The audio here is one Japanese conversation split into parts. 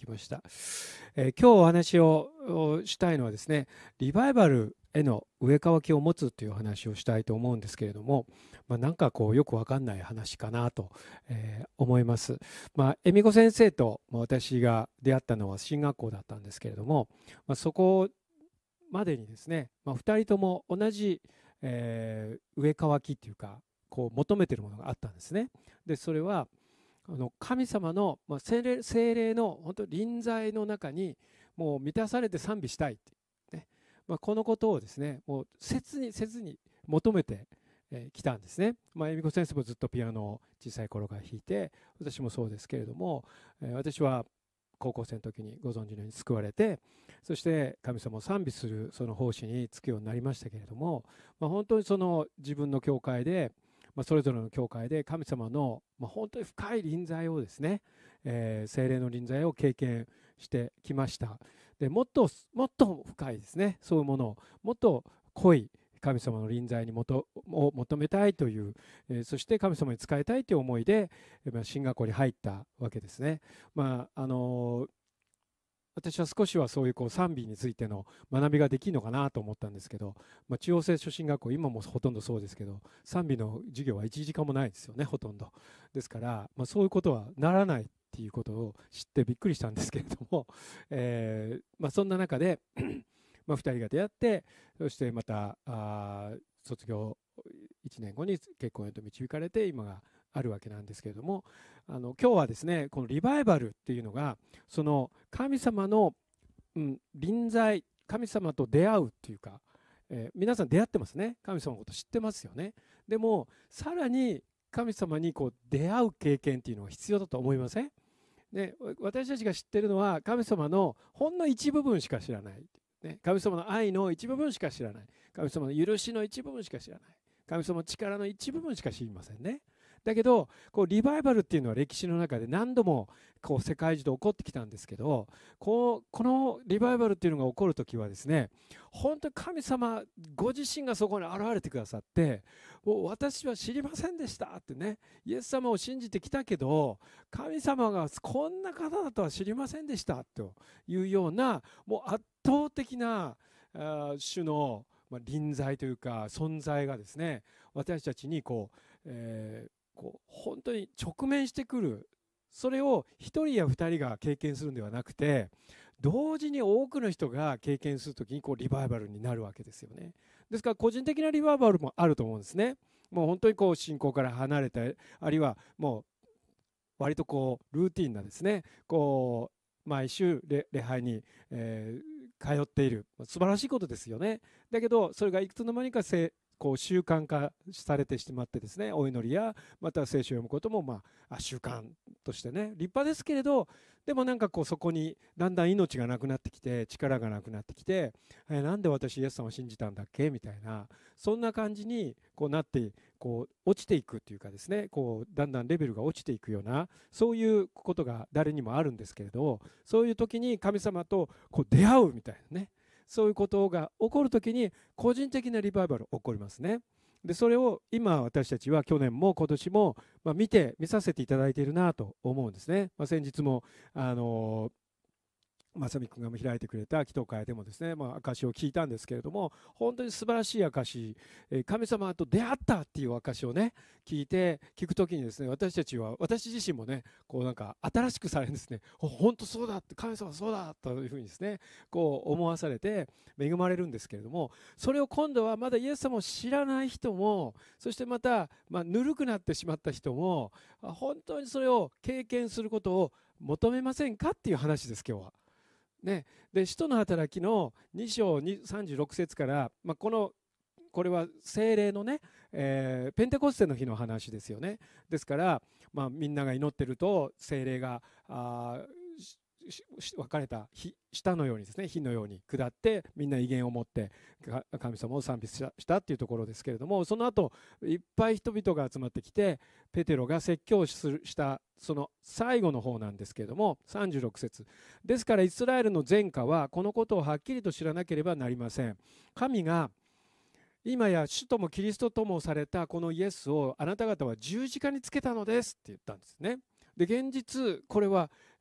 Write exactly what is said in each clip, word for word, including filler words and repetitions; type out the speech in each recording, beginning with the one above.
きました。えー今日お話をおしたいのはですね、リバイバルへの植え替わきを持つという話をしたいと思うんですけれども、まあ、なんかこうよくわかんない話かなと、えー思います。まあ、恵美子先生とまあ私が出会ったのは進学校だったんですけれども、まあ、そこまでにですね、まあ、ふたりとも同じ、えー植え替わきっていうか、こう求めているものがあったんですね。で、それはあの神様の、まあ、精霊精霊の本当臨在の中にもう満たされて賛美したいって、ね、まあ、このことをですね、もう切に切に求めてき、えーたんですね。まあ、恵美子先生もずっとピアノを小さい頃から弾いて、私もそうですけれども、えー私は高校生の時にご存知のように救われて、そして神様を賛美するその奉仕に就くようになりましたけれども、まあ、本当にその自分の教会で、まあ、それぞれの教会で神様の、まあ、本当に深い臨在をですね、えー聖霊の臨在を経験してきました。でもっともっと深いですね、そういうものをもっと濃い神様の臨在にもとを求めたいという、えーそして神様に仕えたいという思いで、えーまあ、進学校に入ったわけですね。まああのー私は少しはそういうこう賛美についての学びができるのかなと思ったんですけど、まあ、中央聖書進学校、今もほとんどそうですけど、賛美の授業はいちじかんもないですよね、ほとんど。ですから、まあ、そういうことはならないっていうことを知ってびっくりしたんですけれども、えーまあ、そんな中でまあふたりが出会って、そしてまたあ卒業いちねんごに結婚へと導かれて、今があるわけなんですけれども、あの今日はですね、このリバイバルっていうのが、その神様の、うん、臨在、神様と出会うっていうか、えー皆さん出会ってますね。神様のこと知ってますよね。でもさらに神様にこう出会う経験っていうのが必要だと思いません？ね、私たちが知ってるのは神様のほんの一部分しか知らない、ね、神様の愛の一部分しか知らない、神様の許しの一部分しか知らない、神様の力の一部分しか知りませんね。だけどこうリバイバルっていうのは歴史の中で何度もこう世界中で起こってきたんですけど、こうこのリバイバルっていうのが起こるときはですね、本当に神様ご自身がそこに現れてくださって、もう私は知りませんでしたってね、イエス様を信じてきたけど神様がこんな方だとは知りませんでしたというような、もう圧倒的なあ種の、まあ、臨在というか存在がですね、私たちにこう、えーこう本当に直面してくる。それをひとりやふたりが経験するんではなくて、同時に多くの人が経験するときにこうリバイバルになるわけですよね。ですから個人的なリバイバルもあると思うんですね。もう本当にこう信仰から離れて、あるいはもう割とこうルーティンなですね、こう毎週礼礼拝に、えー通っている、素晴らしいことですよね。だけどそれがいくつの間にかせこう習慣化されてしまってですね、お祈りやまた聖書を読むことも、まあ、あ習慣としてね立派ですけれど、でもなんかこうそこにだんだん命がなくなってきて、力がなくなってきて、えーなんで私イエス様を信じたんだっけみたいな、そんな感じにこうなってこう落ちていくっていうかですね、こうだんだんレベルが落ちていくような、そういうことが誰にもあるんですけれど、そういう時に神様とこう出会うみたいなね、そういうことが起こる時に個人的なリバイバル起こりますね。でそれを今私たちは去年も今年も、まあ、見て見させていただいているなと思うんですね。まあ、先日もあの正美君が開いてくれた祈祷会でもですね、まあ、証を聞いたんですけれども、本当に素晴らしい証、えー神様と出会ったっていう証をね聞いて聞くときにですね、私たちは私自身もねこうなんか新しくされるんですね。本当そうだって、神様そうだというふうにですねこう思わされて恵まれるんですけれども、それを今度はまだイエス様を知らない人も、そしてまた、まあ、ぬるくなってしまった人も本当にそれを経験することを求めませんかっていう話です今日は。ね、で使徒の働きのに章さんじゅうろく節から、まあ、このこれは聖霊のね、えーペンテコステの日の話ですよね。ですから、まあ、みんなが祈ってると聖霊があ分かれた火下のようにですね、火のように下ってみんな威厳を持って神様を賛美したっていうところですけれども、その後いっぱい人々が集まってきてペテロが説教したその最後の方なんですけれども、さんじゅうろく節ですからイスラエルの全家はこのことをはっきりと知らなければなりません。神が今や主ともキリストともされたこのイエスをあなた方は十字架につけたのですって言ったんですね。で現実これは、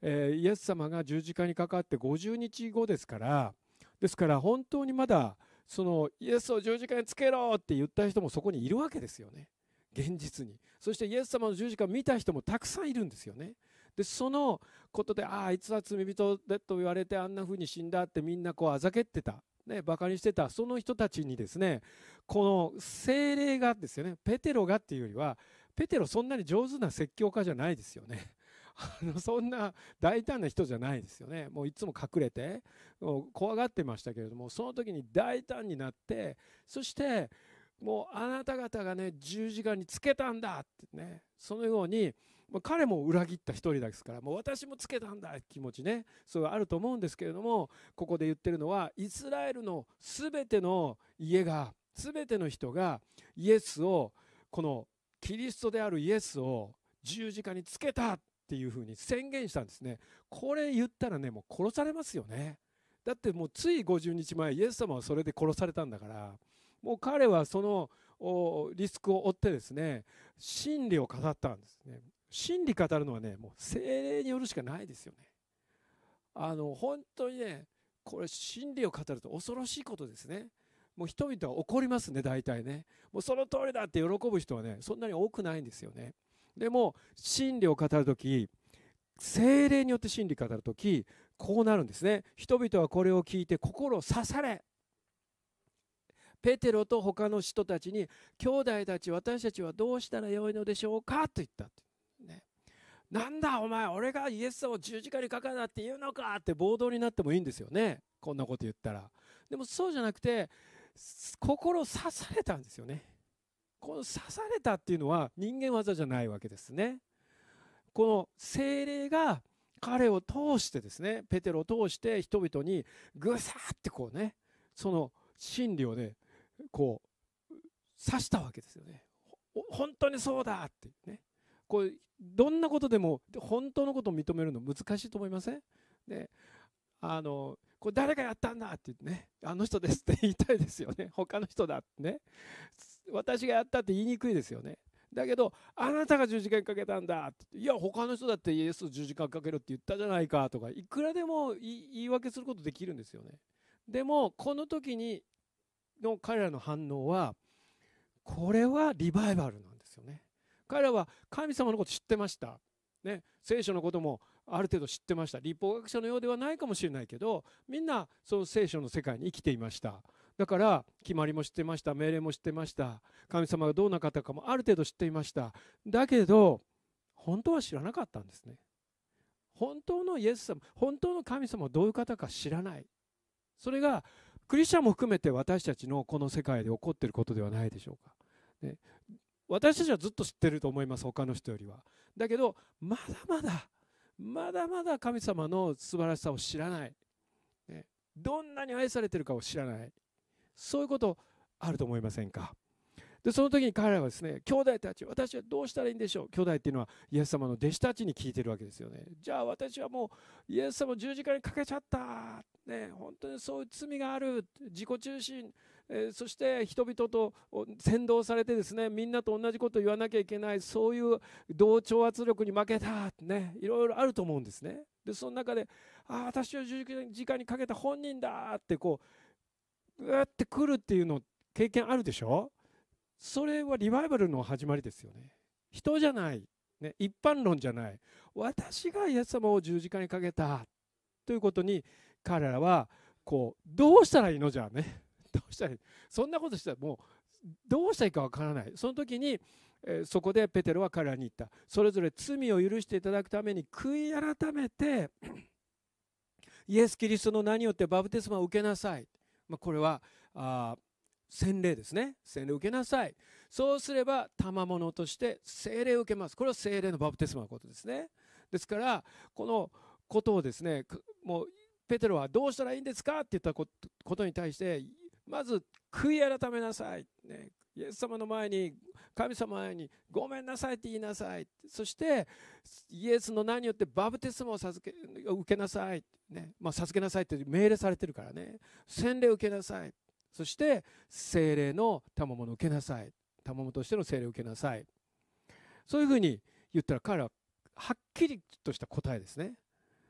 えーイエス様が十字架にかかってごじゅうにちごですから、ですから本当にまだそのイエスを十字架につけろって言った人もそこにいるわけですよね、現実に。そしてイエス様の十字架を見た人もたくさんいるんですよね。でそのことで、あああいつは罪人だと言われてあんな風に死んだってみんなこうあざけってた、ね、バカにしてたその人たちにですね、この聖霊がですよね、ペテロがっていうよりは、ペテロそんなに上手な説教家じゃないですよね。あのそんな大胆な人じゃないですよね。もういつも隠れて怖がってましたけれども、その時に大胆になって、そしてもうあなた方がね十字架につけたんだってね、そのように彼も裏切った一人ですから、もう私もつけたんだ気持ちね、そうあると思うんですけれども、ここで言ってるのはイスラエルのすべての家が、すべての人がイエスを、このキリストであるイエスを十字架につけたっていうふうに宣言したんですね。これ言ったらね、もう殺されますよね。だってもうついごじゅうにちまえイエス様はそれで殺されたんだから、もう彼はそのリスクを負ってですね、真理を語ったんですね。真理語るのはね、もう聖霊によるしかないですよね。あの本当にね、これ真理を語ると恐ろしいことですね。もう人々は怒りますね、大体ね。もうその通りだって喜ぶ人はね、そんなに多くないんですよね。でも真理を語るとき、聖霊によって真理を語るとき、こうなるんですね。人々はこれを聞いて心を刺され、ペテロと他の人たちに、兄弟たち、私たちはどうしたらよいのでしょうかと言ったって、ね、なんだお前、俺がイエス様を十字架にかかるなって言うのかって暴動になってもいいんですよね、こんなこと言ったら。でもそうじゃなくて、心を刺されたんですよね。この刺されたっていうのは人間技じゃないわけですね。この聖霊が彼を通してですね、ペテロを通して人々にぐさーってこうね、その真理をね、こう刺したわけですよね。本当にそうだってね。こうどんなことでも本当のことを認めるの難しいと思いません？で、あのこれ誰がやったんだって言ってね、あの人ですって言いたいですよね。他の人だってね、私がやったって言いにくいですよね。だけどあなたが十字架にかけたんだって、いや他の人だってイエスを十字架にかけるって言ったじゃないかとか、いくらでも言い訳することできるんですよね。でもこの時にの彼らの反応は、これはリバイバルなんですよね。彼らは神様のこと知ってました、ね、聖書のこともある程度知ってました。立法学者のようではないかもしれないけど、みんなその聖書の世界に生きていました。だから決まりも知ってました、命令も知ってました、神様がどんな方かもある程度知っていました。だけど本当は知らなかったんですね。本当のイエス様、本当の神様はどういう方か知らない。それがクリスチャンも含めて私たちのこの世界で起こっていることではないでしょうか、ね、私たちはずっと知ってると思います、他の人よりは。だけどまだまだまだまだ神様の素晴らしさを知らない、ね、どんなに愛されているかを知らない、そういうことあると思いませんか？でその時に彼らはですね、兄弟たち、私はどうしたらいいんでしょう。兄弟っていうのはイエス様の弟子たちに聞いてるわけですよね。じゃあ私はもうイエス様を十字架にかけちゃった、ね、本当にそういう罪がある、自己中心、えー、そして人々と先導されてですね、みんなと同じことを言わなきゃいけない、そういう同調圧力に負けた、ね、いろいろあると思うんですね。でその中で、ああ私は十字架にかけた本人だってこううわってくるっていうの経験あるでしょ。それはリバイバルの始まりですよね。人じゃない、ね、一般論じゃない、私がイエス様を十字架にかけたということに彼らはこうどうしたらいいのじゃあね、どうしたらいい、そんなことしたらもうどうしたらいいかわからない。その時に、えー、そこでペテロは彼らに言った。それぞれ罪を許していただくために悔い改めてイエス・キリストの名によってバプテスマを受けなさい。まあ、これはあ洗礼ですね。洗礼を受けなさい。そうすれば賜物として聖霊を受けます。これは聖霊のバプテスマのことですね。ですからこのことをですね、もうペテロはどうしたらいいんですかって言ったことに対して、まず悔い改めなさい、ね、イエス様の前に、神様の前にごめんなさいって言いなさい。そしてイエスの名によってバプテスマを授け受けなさい、ね、まあ、授けなさいって命令されてるからね。洗礼を受けなさい。そして聖霊の賜物を受けなさい。賜物としての聖霊を受けなさい。そういうふうに言ったら彼ははっきりとした答えですね。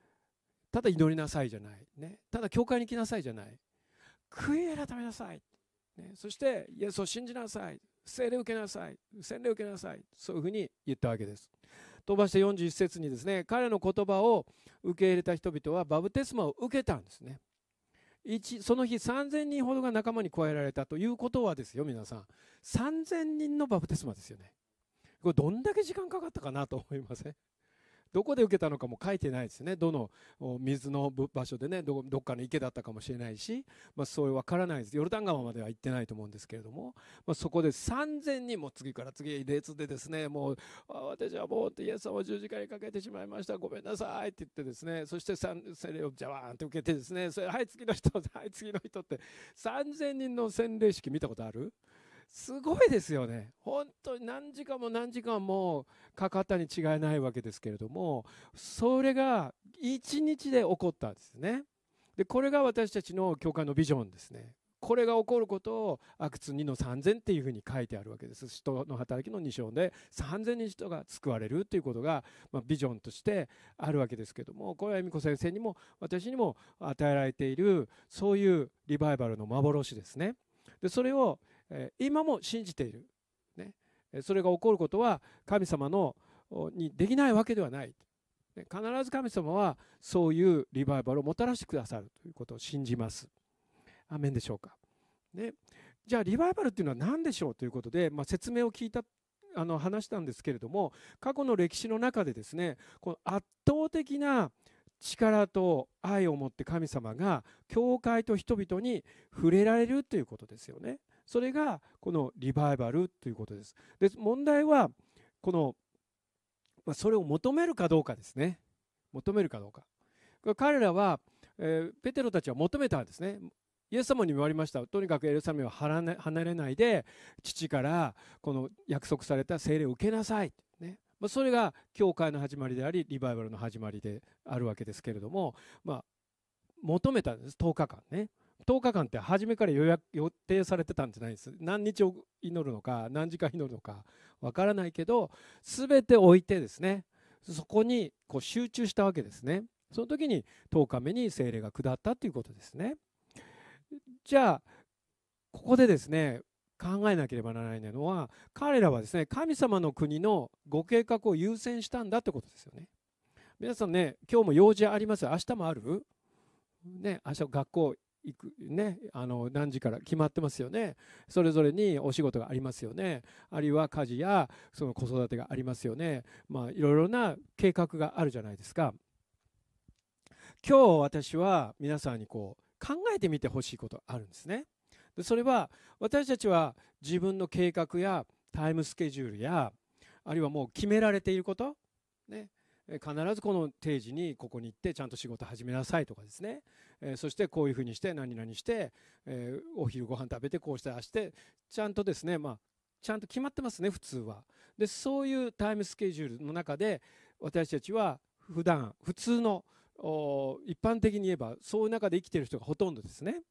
ただ祈りなさいじゃない、ね、ただ教会に来なさいじゃない、悔い改めなさい、ね、そしてイエスを信じなさい、聖霊を受けなさい、洗礼を受けなさい、そういうふうに言ったわけです。飛ばしてよんじゅういち節にですね、彼の言葉を受け入れた人々はバプテスマを受けたんですね。その日さんぜんにんほどが仲間に加えられたということはですよ、皆さんさんぜんにんのバプテスマですよね。これどんだけ時間かかったかなと思いません？どこで受けたのかも書いてないですね。どの水の場所でね、 ど, どっかの池だったかもしれないし、まあ、それ分からないです。ヨルダン川までは行ってないと思うんですけれども、まあ、そこでさんぜんにんも次から次へ列でですね、もう私はもうイエス様を十字架にかけてしまいました、ごめんなさいって言ってですね、そして洗礼をジャワーンって受けてですね、それはい次の人、はい次の人って、さんぜんにんの洗礼式見たことある？すごいですよね。本当に何時間も何時間もかかったに違いないわけですけれども、それがいちにちで起こったんですね。でこれが私たちの教会のビジョンですね。これが起こることをアクツにのさんぜんっていうふうに書いてあるわけです。使徒の働きのに章でさんぜんにん人が救われるということが、まあ、ビジョンとしてあるわけですけども、これは恵美子先生にも私にも与えられているそういうリバイバルの幻ですね。でそれを今も信じている、ね、それが起こることは神様のにできないわけではない。必ず神様はそういうリバイバルをもたらしてくださるということを信じます。アーメンでしょうか、ね、じゃあリバイバルっていうのは何でしょうということで、まあ、説明を聞いたあの話したんですけれども、過去の歴史の中でですね、この圧倒的な力と愛を持って神様が教会と人々に触れられるということですよね。それがこのリバイバルということです。で問題はこの、まあ、それを求めるかどうかですね。求めるかどうか。彼らは、えー、ペテロたちは求めたんですね。イエス様に言われました。とにかくエルサレムを離れないで父からこの約束された聖霊を受けなさい、ね、まあ、それが教会の始まりでありリバイバルの始まりであるわけですけれども、まあ、求めたんです。とおかかんね。とおかかんって初めから予約予定されてたんじゃないです。何日を祈るのか何時間祈るのかわからないけど、全て置いてですね、そこにこう集中したわけですね。その時にとおかめに聖霊が下ったということですね。じゃあここでですね考えなければならないのは、彼らはですね神様の国のご計画を優先したんだってことですよね。皆さんね、今日も用事あります。明日もあるね、明日学校行くね、あの何時から決まってますよね。それぞれにお仕事がありますよね。あるいは家事やその子育てがありますよね。まあいろいろな計画があるじゃないですか。今日私は皆さんにこう考えてみてほしいことがあるんですね。でそれは私たちは自分の計画やタイムスケジュールやあるいはもう決められていることね、必ずこの定時にここに行ってちゃんと仕事始めなさいとかですね、えー、そしてこういうふうにして何々して、えー、お昼ご飯食べてこうしてああしてちゃんとですね、まあ、ちゃんと決まってますね普通は。でそういうタイムスケジュールの中で私たちは普段普通の一般的に言えばそういう中で生きている人がほとんどですね。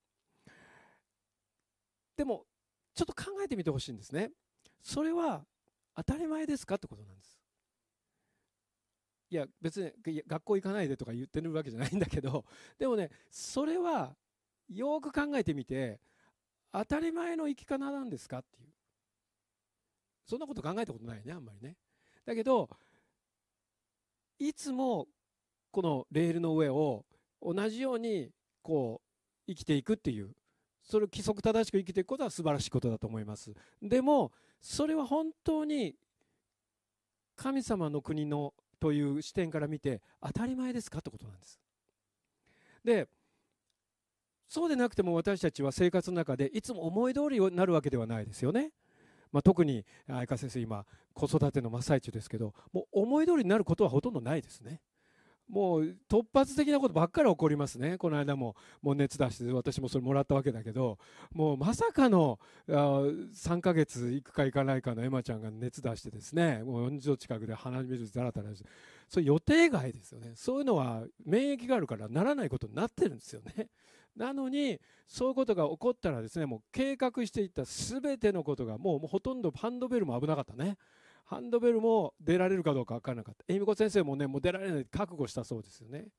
でもちょっと考えてみてほしいんですね。それは当たり前ですかってことなんです。いや別に学校行かないでとか言ってるわけじゃないんだけど、でもねそれはよく考えてみて当たり前の生き方なんですかっていう、そんなこと考えたことないねあんまりね。だけどいつもこのレールの上を同じようにこう生きていくっていう、それを規則正しく生きていくことは素晴らしいことだと思います。でもそれは本当に神様の国のという視点から見て当たり前ですかってことなんです。でそうでなくても私たちは生活の中でいつも思い通りになるわけではないですよね。まあ、特に相川先生今子育ての真っ最中ですけど、もう思い通りになることはほとんどないですね。もう突発的なことばっかり起こりますね。この間ももう熱出して私もそれもらったわけだけど、もうまさかのあさんかげつ行くか行かないかのエマちゃんが熱出してですね、もうよんじゅうど近くで鼻水ザラザラして、それ予定外ですよね。そういうのは免疫があるからならないことになってるんですよね。なのにそういうことが起こったらですね、もう計画していった全てのことがもう、もうほとんどハンドベルも危なかったね。ハンドベルも出られるかどうか分からなかった。恵美子先生もねもう出られない覚悟したそうですよね。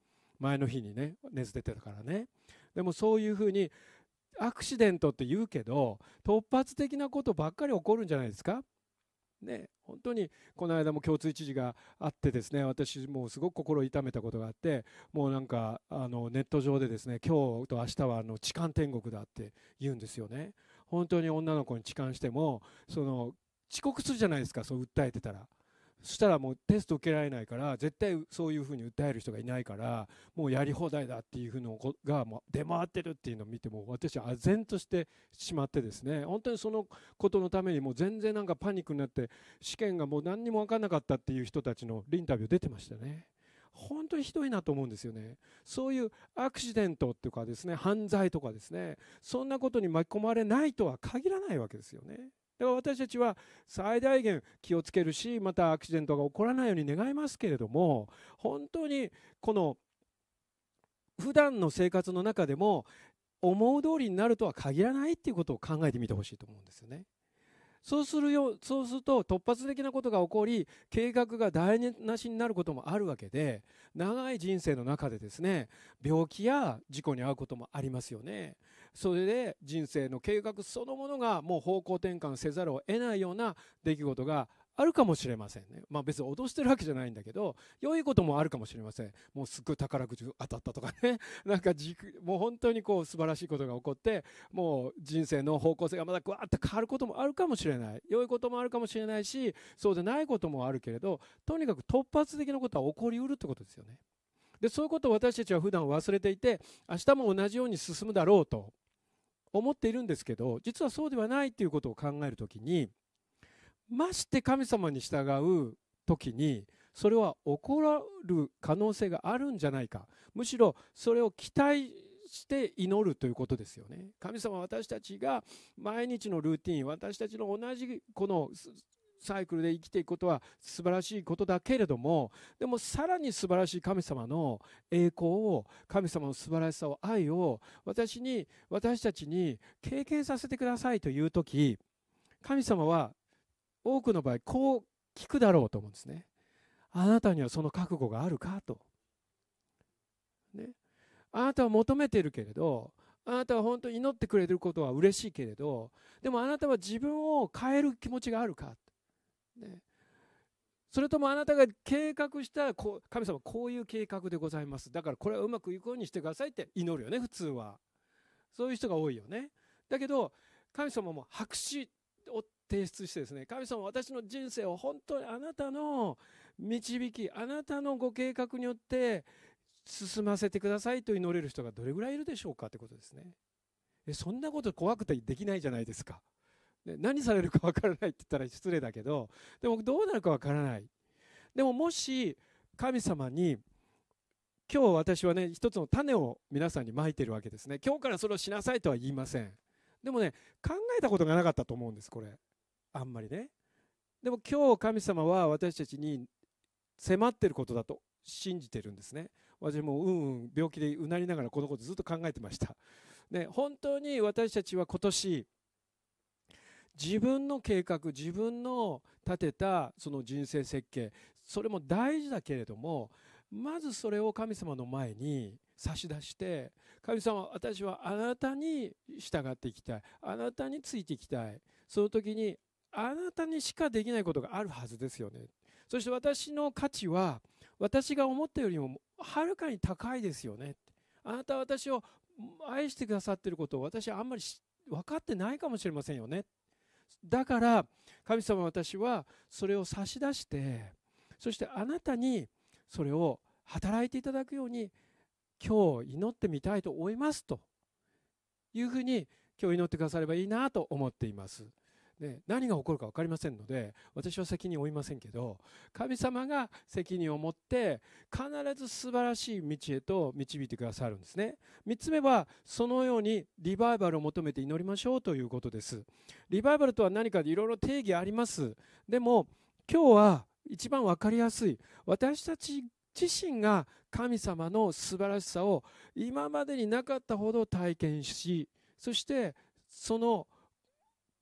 前の日にね熱出てたからね。でもそういうふうにアクシデントって言うけど突発的なことばっかり起こるんじゃないですかね。本当にこの間も共通一時があってですね、私もうすごく心を痛めたことがあって、もうなんかあのネット上でですね、今日と明日はあの痴漢天国だって言うんですよね。本当に女の子に痴漢してもその遅刻するじゃないですか、そう訴えてたら。そしたらもうテスト受けられないから、絶対そういうふうに訴える人がいないから、もうやり放題だっていうふうのがもう出回ってるっていうのを見て、も私は唖然としてしまってですね、本当にそのことのためにもう全然なんかパニックになって、試験がもう何にも分からなかったっていう人たちのインタビュー出てましたね。本当にひどいなと思うんですよね。そういうアクシデントっていうかですね、犯罪とかですね、そんなことに巻き込まれないとは限らないわけですよね。だから私たちは最大限気をつけるし、またアクシデントが起こらないように願いますけれども、本当にこの普段の生活の中でも思う通りになるとは限らないっていうことを考えてみてほしいと思うんですよね。そうするよ、そうすると突発的なことが起こり、計画が台無しになることもあるわけで、長い人生の中でですね、病気や事故に遭うこともありますよね。それで人生の計画そのものがもう方向転換せざるを得ないような出来事があるかもしれませんね。まあ別に脅してるわけじゃないんだけど、良いこともあるかもしれません。もうすっごい宝くじ当たったとかね、なんかじもう本当にこう素晴らしいことが起こって、もう人生の方向性がまたぐわっと変わることもあるかもしれない。良いこともあるかもしれないし、そうでないこともあるけれど、とにかく突発的なことは起こりうるってことですよね。で、そういうことを私たちは普段忘れていて、明日も同じように進むだろうと思っているんですけど、実はそうではないということを考えるときに、まして神様に従う時にそれは起こる可能性があるんじゃないか、むしろそれを期待して祈るということですよね。神様は私たちが毎日のルーティン、私たちの同じこのサイクルで生きていくことは素晴らしいことだけれども、でもさらに素晴らしい神様の栄光を、神様の素晴らしさを、愛を私に私たちに経験させてくださいという時、神様は多くの場合こう聞くだろうと思うんですね。あなたにはその覚悟があるかと、ね、あなたは求めているけれど、あなたは本当に祈ってくれてることは嬉しいけれど、でもあなたは自分を変える気持ちがあるか、ね、それともあなたが計画したこう神様こういう計画でございます、だからこれはうまくいくようにしてくださいって祈るよね、普通は。そういう人が多いよね。だけど神様も白紙を提出してですね、神様、私の人生を本当にあなたの導き、あなたのご計画によって進ませてくださいと祈れる人がどれぐらいいるでしょうかってことですね。えそんなこと怖くてできないじゃないですか。ね、何されるかわからないって言ったら失礼だけど、でもどうなるかわからない。でももし神様に今日私はね一つの種を皆さんにまいてるわけですね。今日からそれをしなさいとは言いません。でもね、考えたことがなかったと思うんです、これ。あんまりね。でも今日神様は私たちに迫っていることだと信じてるんですね。私もうんうん病気でうなりながらこのことずっと考えてました。ね、本当に私たちは今年自分の計画、自分の立てたその人生設計、それも大事だけれども、まずそれを神様の前に差し出して、神様、私はあなたに従っていきたい、あなたについていきたい、その時にあなたにしかできないことがあるはずですよね。そして私の価値は私が思ったよりもはるかに高いですよね。あなたは私を愛してくださっていることを私はあんまり分かってないかもしれませんよね。だから神様は私はそれを差し出して、そしてあなたにそれを働いていただくように今日祈ってみたいと思いますというふうに今日祈ってくださればいいなと思っています。ね、何が起こるか分かりませんので私は責任を負いませんけど、神様が責任を持って必ず素晴らしい道へと導いてくださるんですね。みっつめはそのようにリバイバルを求めて祈りましょうということです。リバイバルとは何かでいろいろ定義あります。でも今日は一番分かりやすい、私たち自身が神様の素晴らしさを今までになかったほど体験し、そしてその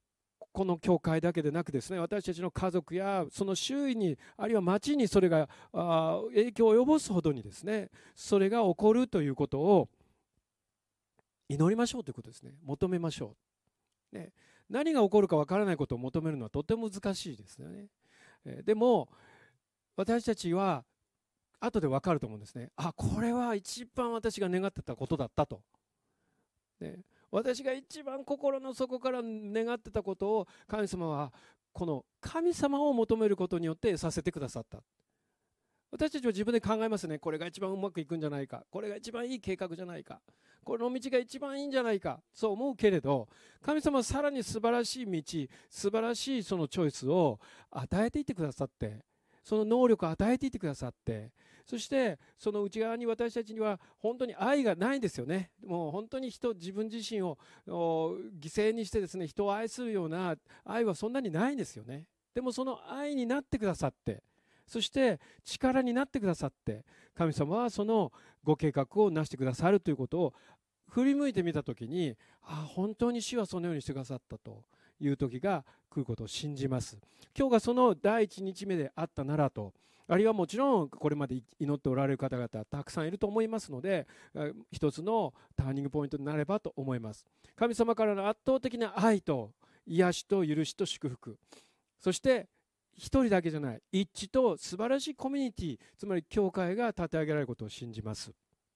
この教会だけでなくですね、私たちの家族やその周囲に、あるいは町にそれがあ影響を及ぼすほどにですね、それが起こるということを祈りましょうということですね。求めましょう。ね、何が起こるかわからないことを求めるのはとても難しいですよね。えでも私たちは後でわかると思うんですね。あ、これは一番私が願ってたことだったと。ね、私が一番心の底から願ってたことを神様はこの神様を求めることによってさせてくださった。私たちは自分で考えますね。これが一番うまくいくんじゃないか、これが一番いい計画じゃないか、この道が一番いいんじゃないか、そう思うけれど、神様はさらに素晴らしい道、素晴らしいそのチョイスを与えていってくださって、その能力を与えていってくださって、そしてその内側に私たちには本当に愛がないんですよね。もう本当に人、自分自身を犠牲にしてですね、人を愛するような愛はそんなにないんですよね。でもその愛になってくださって、そして力になってくださって、神様はそのご計画をなしてくださるということを振り向いてみたときに、あ、本当に主はそのようにしてくださったという時が来ることを信じます。今日がその第一日目であったならと、あるいはもちろんこれまで祈っておられる方々たくさんいると思いますので、一つのターニングポイントになればと思います。神様からの圧倒的な愛と癒しと許しと祝福、そして一人だけじゃない一致と素晴らしいコミュニティ、つまり教会が立て上げられることを信じます。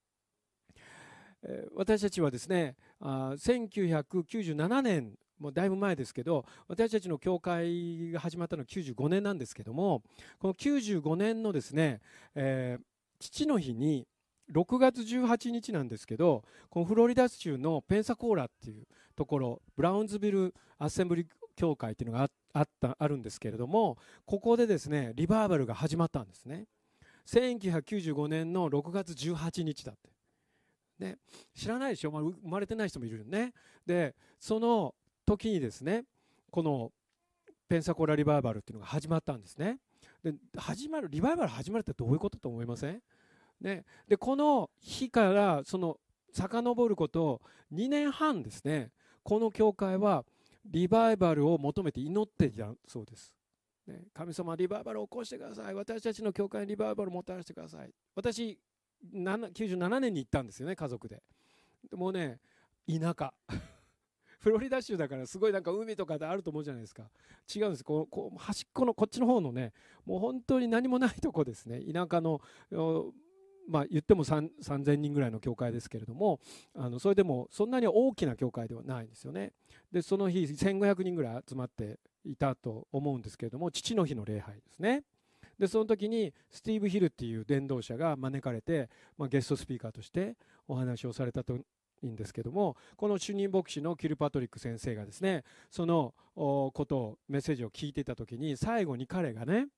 私たちはですね、せんきゅうひゃくきゅうじゅうななねん、もうだいぶ前ですけど、私たちの教会が始まったのはきゅうじゅうごねんなんですけども、このきゅうじゅうごねんのですね、えー、父の日にろくがつじゅうはちにちなんですけど、このフロリダ州のペンサコーラっていうところ、ブラウンズビルアッセンブリ教会っていうのがあったあるんですけれども、ここでですねリバイバルが始まったんですね。せんきゅうひゃくきゅうじゅうごねんのろくがつじゅうはちにちだって、ね、知らないでしょ、まあ、生まれてない人もいるよね。でその時にですね、このペンサコーラリバイバルっていうのが始まったんですね。で始まるリバイバル始まるってどういうことと思いません？ね、でこの日からその遡ることにねんはんですね、この教会はリバイバルを求めて祈っていたそうです。ね、神様リバイバルを起こしてください、私たちの教会にリバイバルをもたらしてください。私きゅうじゅうななねんに行ったんですよね、家族で。でもうね、田舎フロリダ州だからすごいなんか海とかであると思うじゃないですか。違うんです。こうこう端っこのこっちの方のね、もう本当に何もないとこですね。田舎のまあ言ってもさんぜんにんぐらいの教会ですけれども、あのそれでもそんなに大きな教会ではないんですよね。でその日せんごひゃくにんぐらい集まっていたと思うんですけれども、父の日の礼拝ですね。でその時にスティーブ・ヒルっていう伝道者が招かれて、まあ、ゲストスピーカーとしてお話をされたといいんですけども、この主任牧師のキル・パトリック先生がですね、そのことをメッセージを聞いていた時に、最後に彼がね、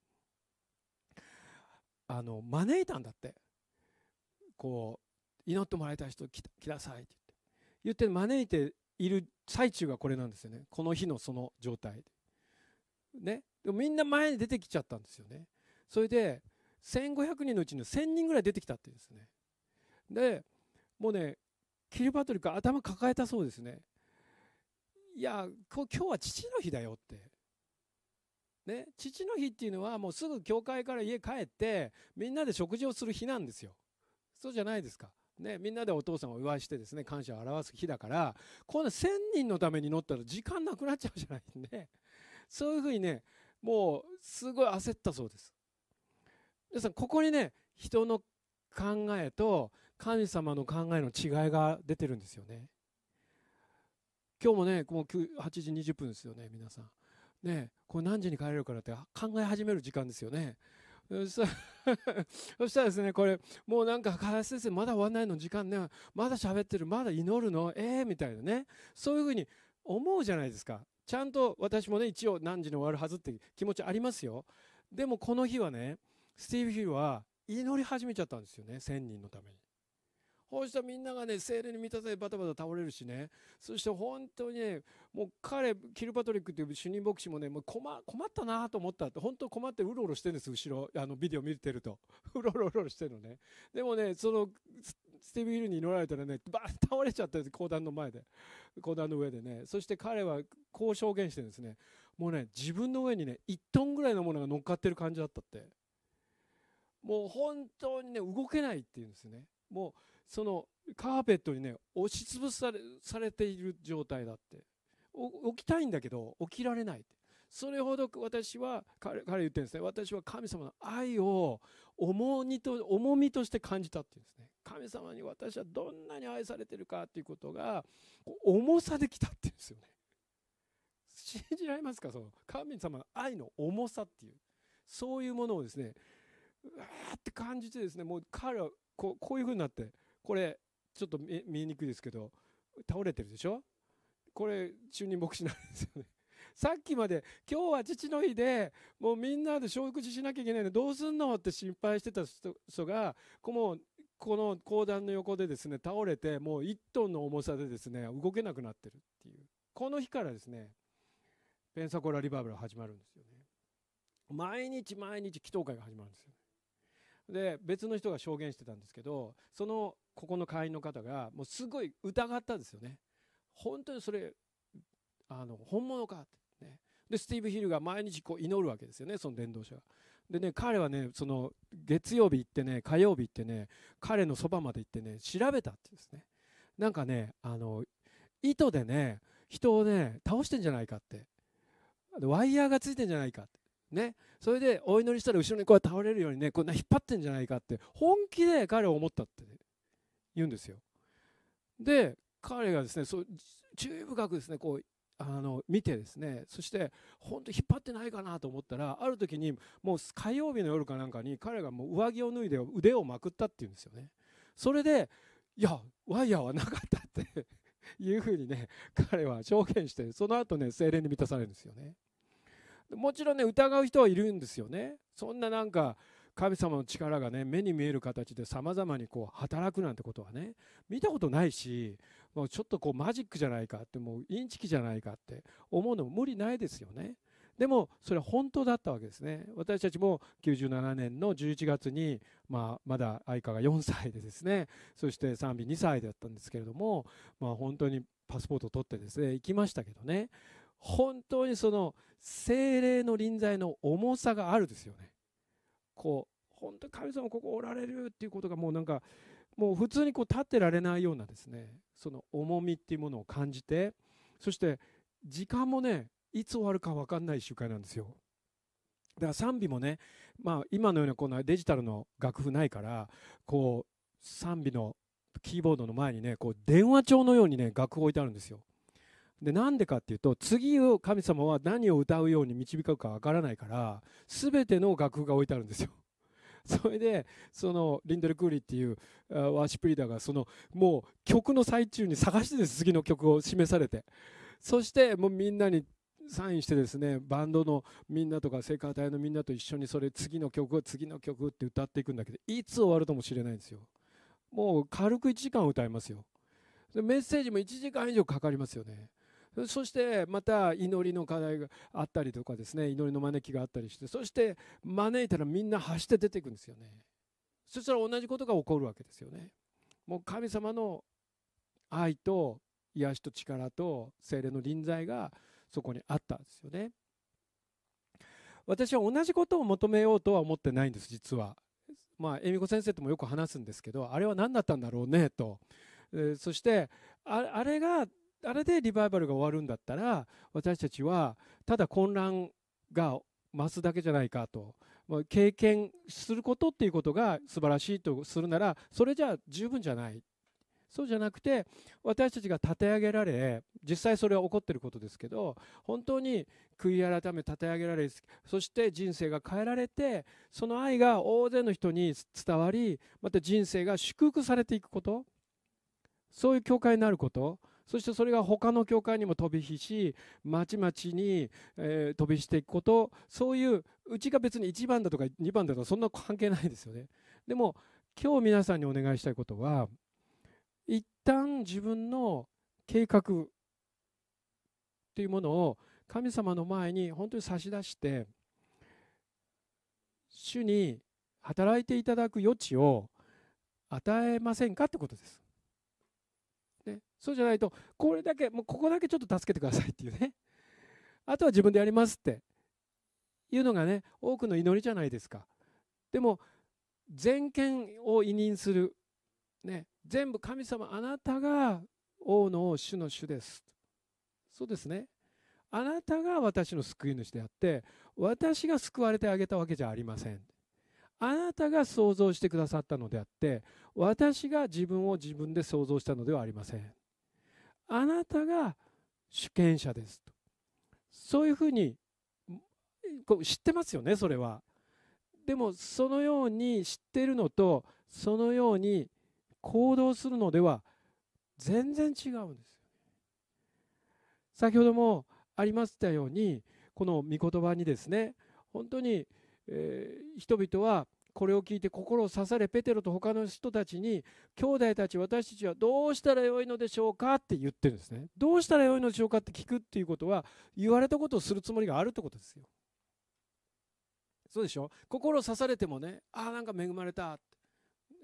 あの招いたんだって。こう祈ってもらいたい人来来なさいって言って言って招いている最中がこれなんですよね。この日のその状態でね。でもみんな前に出てきちゃったんですよね。それでせんごひゃくにんのうちのせんにんぐらい出てきたっていうんですね。でもうね、キル・パトリック頭抱えたそうですね。いや今日は父の日だよってね。父の日っていうのはもうすぐ教会から家帰ってみんなで食事をする日なんですよ。そうじゃないですか。ね、みんなでお父さんをお祝いしてですね、感謝を表す日だから、このせんにんのために乗ったら時間なくなっちゃうじゃないね。そういうふうにね、もうすごい焦ったそうです。皆さん、ここにね、人の考えと神様の考えの違いが出てるんですよね。今日もね、もうはちじにじゅっぷんですよね、皆さん。ね、これ何時に帰れるからって考え始める時間ですよね。そしたらですね、これもうなんか林先生まだ終わんないの時間ね、まだ喋ってる、まだ祈るのええー、みたいなね、そういうふうに思うじゃないですか。ちゃんと私もね一応何時に終わるはずって気持ちありますよ。でもこの日はね、スティーブ・ヒルは祈り始めちゃったんですよね、せんにんのために。そうしたらみんながね、精霊に満たされバタバタ倒れるしね。そして本当にね、もう彼キル・パトリックという主任牧師もね、もう困困ったなと思ったって、本当困ってうろうろしてるんです、後ろあのビデオ見てるとうろうろうろうろしてるのね。でもね、そのスティーブ・ヒルに祈られたらね、バーッ倒れちゃったんです、講談の前で、講談の上でね。そして彼はこう証言してるんですね。もうね、自分の上にねいっトンぐらいのものが乗っかってる感じだったって。もう本当にね動けないっていうんですね。もうそのカーペットにね押しつぶされ、されている状態だって。起きたいんだけど起きられないって。それほど私は、彼彼言ってるんですね。私は神様の愛を重荷と重みとして感じたっていうんですね。神様に私はどんなに愛されてるかっていうことが重さできたっていうんですよね。信じられますか？その神様の愛の重さっていう、そういうものをですね、うわーって感じてですね、もう彼はこう、こういう風になって、これちょっと見見えにくいですけど倒れてるでしょ。これ中人牧師なんですよね。さっきまで今日は父の日でもうみんなで食事しなきゃいけないのどうすんのって心配してた人人がこのこの講談の横でですね倒れて、もういっトンの重さでですね動けなくなってるっていう、この日からですねペンサコラリバイバルが始まるんですよね。毎日毎日祈祷会が始まるんですよ。で別の人が証言してたんですけど、そのここの会員の方がもうすごい疑ったんですよね。本当にそれあの本物かってね。でスティーブ・ヒルが毎日こう祈るわけですよね、その伝道者が。でね、彼はねその月曜日行ってね火曜日行ってね彼のそばまで行ってね調べたってですね。なんかねあの糸でね人をね倒してんじゃないかって、ワイヤーがついてんじゃないかってね、それでお祈りしたら後ろにこう倒れるようにねこんな引っ張ってんじゃないかって本気で彼は思ったって、ね、言うんですよ。で彼がですねそう注意深くですねこうあの見てですね、そして本当引っ張ってないかなと思ったら、ある時にもう火曜日の夜かなんかに彼がもう上着を脱いで腕をまくったっていうんですよね。それでいやワイヤーはなかったっていうふうにね彼は証言して、その後ね聖霊に満たされるんですよね。もちろんね疑う人はいるんですよね。そんななんか神様の力がね目に見える形でさまざまにこう働くなんてことはね見たことないし、もうちょっとこうマジックじゃないかって、もうインチキじゃないかって思うのも無理ないですよね。でもそれは本当だったわけですね。私たちもきゅうじゅうななねんのじゅういちがつに、まあ、まだ愛花がよんさいでですね、そして賛美にさいだったんですけれども、まあ、本当にパスポートを取ってですね行きましたけどね、本当にその聖霊の臨在の重さがあるですよね。こう本当に神様ここおられるっていうことがもうなんかもう普通にこう立ってられないようなですね、その重みっていうものを感じて、そして時間もねいつ終わるか分かんない集会なんですよ。だから賛美もね、まあ、今のようなこのデジタルの楽譜ないから、こう賛美のキーボードの前にねこう電話帳のようにね楽譜置いてあるんですよ。でなんでかっていうと、次を神様は何を歌うように導くかわからないから、全ての楽譜が置いてあるんですよ。それでそのリンドル・クーリーっていうワーシップリーダーがそのもう曲の最中に探してです、次の曲を示されて、そしてもうみんなにサインしてですね、バンドのみんなとか聖歌隊のみんなと一緒にそれ次の曲次の曲って歌っていくんだけど、いつ終わるともしれないんですよ。もう軽くいちじかん歌いますよ。でメッセージもいちじかん以上かかりますよね。そしてまた祈りの課題があったりとかですね、祈りの招きがあったりして、そして招いたらみんな走って出ていくんですよね。そしたら同じことが起こるわけですよね。もう神様の愛と癒しと力と聖霊の臨在がそこにあったんですよね。私は同じことを求めようとは思ってないんです、実は。まあ恵美子先生ともよく話すんですけど、あれは何だったんだろうねと、えー、そしてああれがあれでリバイバルが終わるんだったら、私たちはただ混乱が増すだけじゃないかと、経験することっていうことが素晴らしいとするなら、それじゃ十分じゃない。そうじゃなくて、私たちが立て上げられ、実際それは起こっていることですけど、本当に悔い改め立て上げられ、そして人生が変えられて、その愛が大勢の人に伝わり、また人生が祝福されていくこと、そういう教会になること、そしてそれが他の教会にも飛び火し、町々に、えー、飛び火していくこと、そういううちが別にいちばんだとかにばんだとかそんな関係ないですよね。でも今日皆さんにお願いしたいことは、一旦自分の計画というものを神様の前に本当に差し出して、主に働いていただく余地を与えませんかってことです。ね、そうじゃないと、これだけ、もうここだけちょっと助けてくださいっていうね、あとは自分でやりますっていうのがね、多くの祈りじゃないですか。でも、全権を委任する、ね、全部神様、あなたが王の王、主の主です。そうですね。あなたが私の救い主であって、私が救われてあげたわけじゃありません。あなたが創造してくださったのであって、私が自分を自分で創造したのではありません。あなたが主権者ですと。そういうふうにこう知ってますよね、それは。でもそのように知っているのと、そのように行動するのでは全然違うんですよ。先ほどもありましたように、この御言葉にですね、本当に、えー、人々はこれを聞いて心を刺され、ペテロと他の人たちに、兄弟たち、私たちはどうしたらよいのでしょうかって言ってるんですね。どうしたらよいのでしょうかって聞くっていうことは、言われたことをするつもりがあるってことですよ。そうでしょ。心を刺されてもね、ああなんか恵まれたって、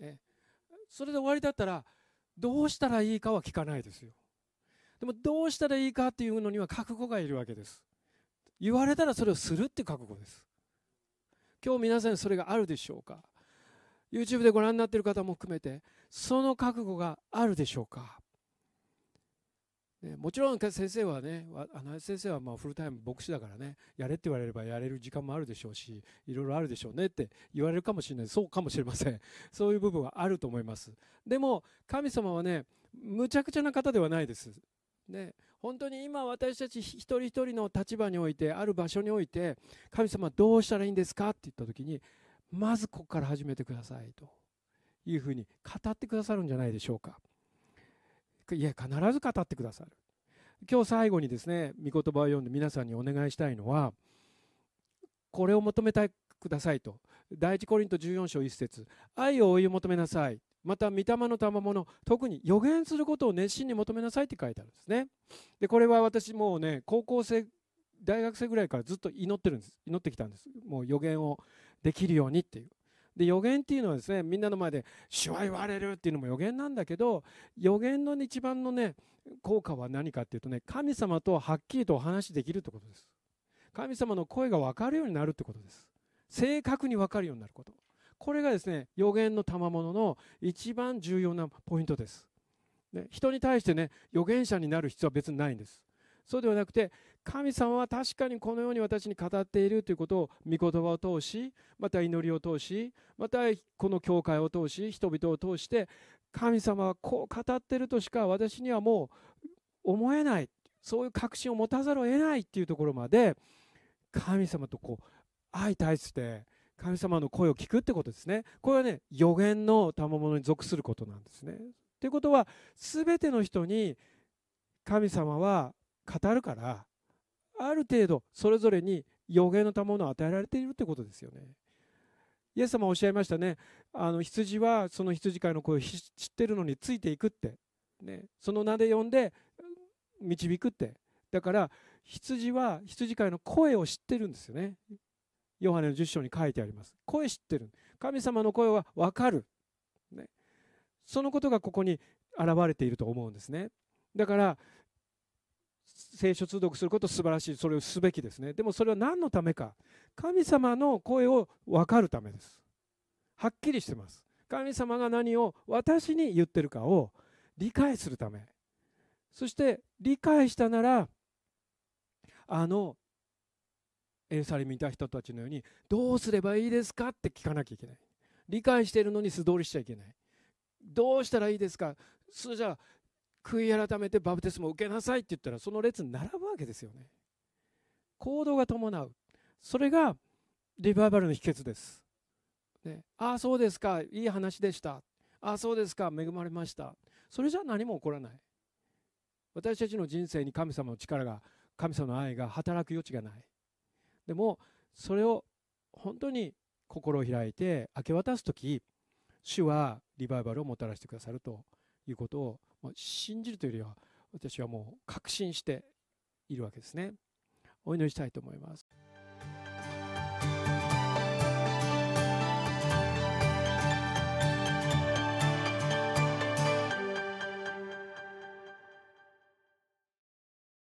ね、それで終わりだったら、どうしたらいいかは聞かないですよ。でもどうしたらいいかっていうのには覚悟がいるわけです。言われたらそれをするって覚悟です。今日皆さんそれがあるでしょうか。 YouTube でご覧になっている方も含めて、その覚悟があるでしょうか。ね、もちろん先生はね、花江先生はまあフルタイム牧師だからね、やれって言われればやれる時間もあるでしょうし、いろいろあるでしょうねって言われるかもしれない。そうかもしれません。そういう部分はあると思います。でも神様はね、むちゃくちゃな方ではないです。ね、本当に今私たち一人一人の立場において、ある場所において、神様どうしたらいいんですかって言った時に、まずここから始めてくださいというふうに語ってくださるんじゃないでしょうか。いや、必ず語ってくださる。今日最後にですね、御言葉を読んで皆さんにお願いしたいのは、これを求めてくださいと。第一コリントじゅうよん章いち節、愛を追い求めなさい。また御霊の賜物、特に予言することを熱心に求めなさいって書いてあるんですね。でこれは私もうね、高校生大学生ぐらいからずっと祈ってるんです。祈ってきたんです。もう予言をできるようにっていう。で予言っていうのはですね、みんなの前で主は言われるっていうのも予言なんだけど、予言の一番のね効果は何かっていうとね、神様とはっきりとお話できるってことです。神様の声が分かるようになるってことです。正確に分かるようになること、これがですね、予言の賜物の一番重要なポイントです。ね、人に対してね、預言者になる必要は別にないんです。そうではなくて、神様は確かにこのように私に語っているということを御言葉を通し、また祈りを通し、またこの教会を通し、人々を通して、神様はこう語っているとしか私にはもう思えない、そういう確信を持たざるを得ないっていうところまで、神様とこう相対して神様の声を聞くってことですね。これはね、預言の賜物に属することなんですね。ということは、全ての人に神様は語るから、ある程度それぞれに預言の賜物を与えられているってことですよね。イエス様はおっしゃいましたね。あの羊はその羊飼いの声を知ってるのについていくって、ね、その名で呼んで導くって。だから羊は羊飼いの声を知ってるんですよね。ヨハネのじゅっ章に書いてあります。声知ってる。神様の声は分かる、ね、そのことがここに現れていると思うんですね。だから聖書通読すること素晴らしい、それをすべきですね。でもそれは何のためか、神様の声を分かるためです。はっきりしてます。神様が何を私に言ってるかを理解するため。そして理解したなら、あのエルサレムにいた人たちのように、どうすればいいですかって聞かなきゃいけない。理解しているのに素通りしちゃいけない。どうしたらいいですか、それじゃあ悔い改めてバプテスマを受けなさいって言ったら、その列に並ぶわけですよね。行動が伴う、それがリバイバルの秘訣です、ね、ああそうですか、いい話でした、ああそうですか、恵まれました、それじゃ何も起こらない。私たちの人生に神様の力が、神様の愛が働く余地がない。でもそれを本当に心を開いて明け渡すとき、主はリバイバルをもたらしてくださるということを信じるというよりは、私はもう確信しているわけですね。お祈りしたいと思います。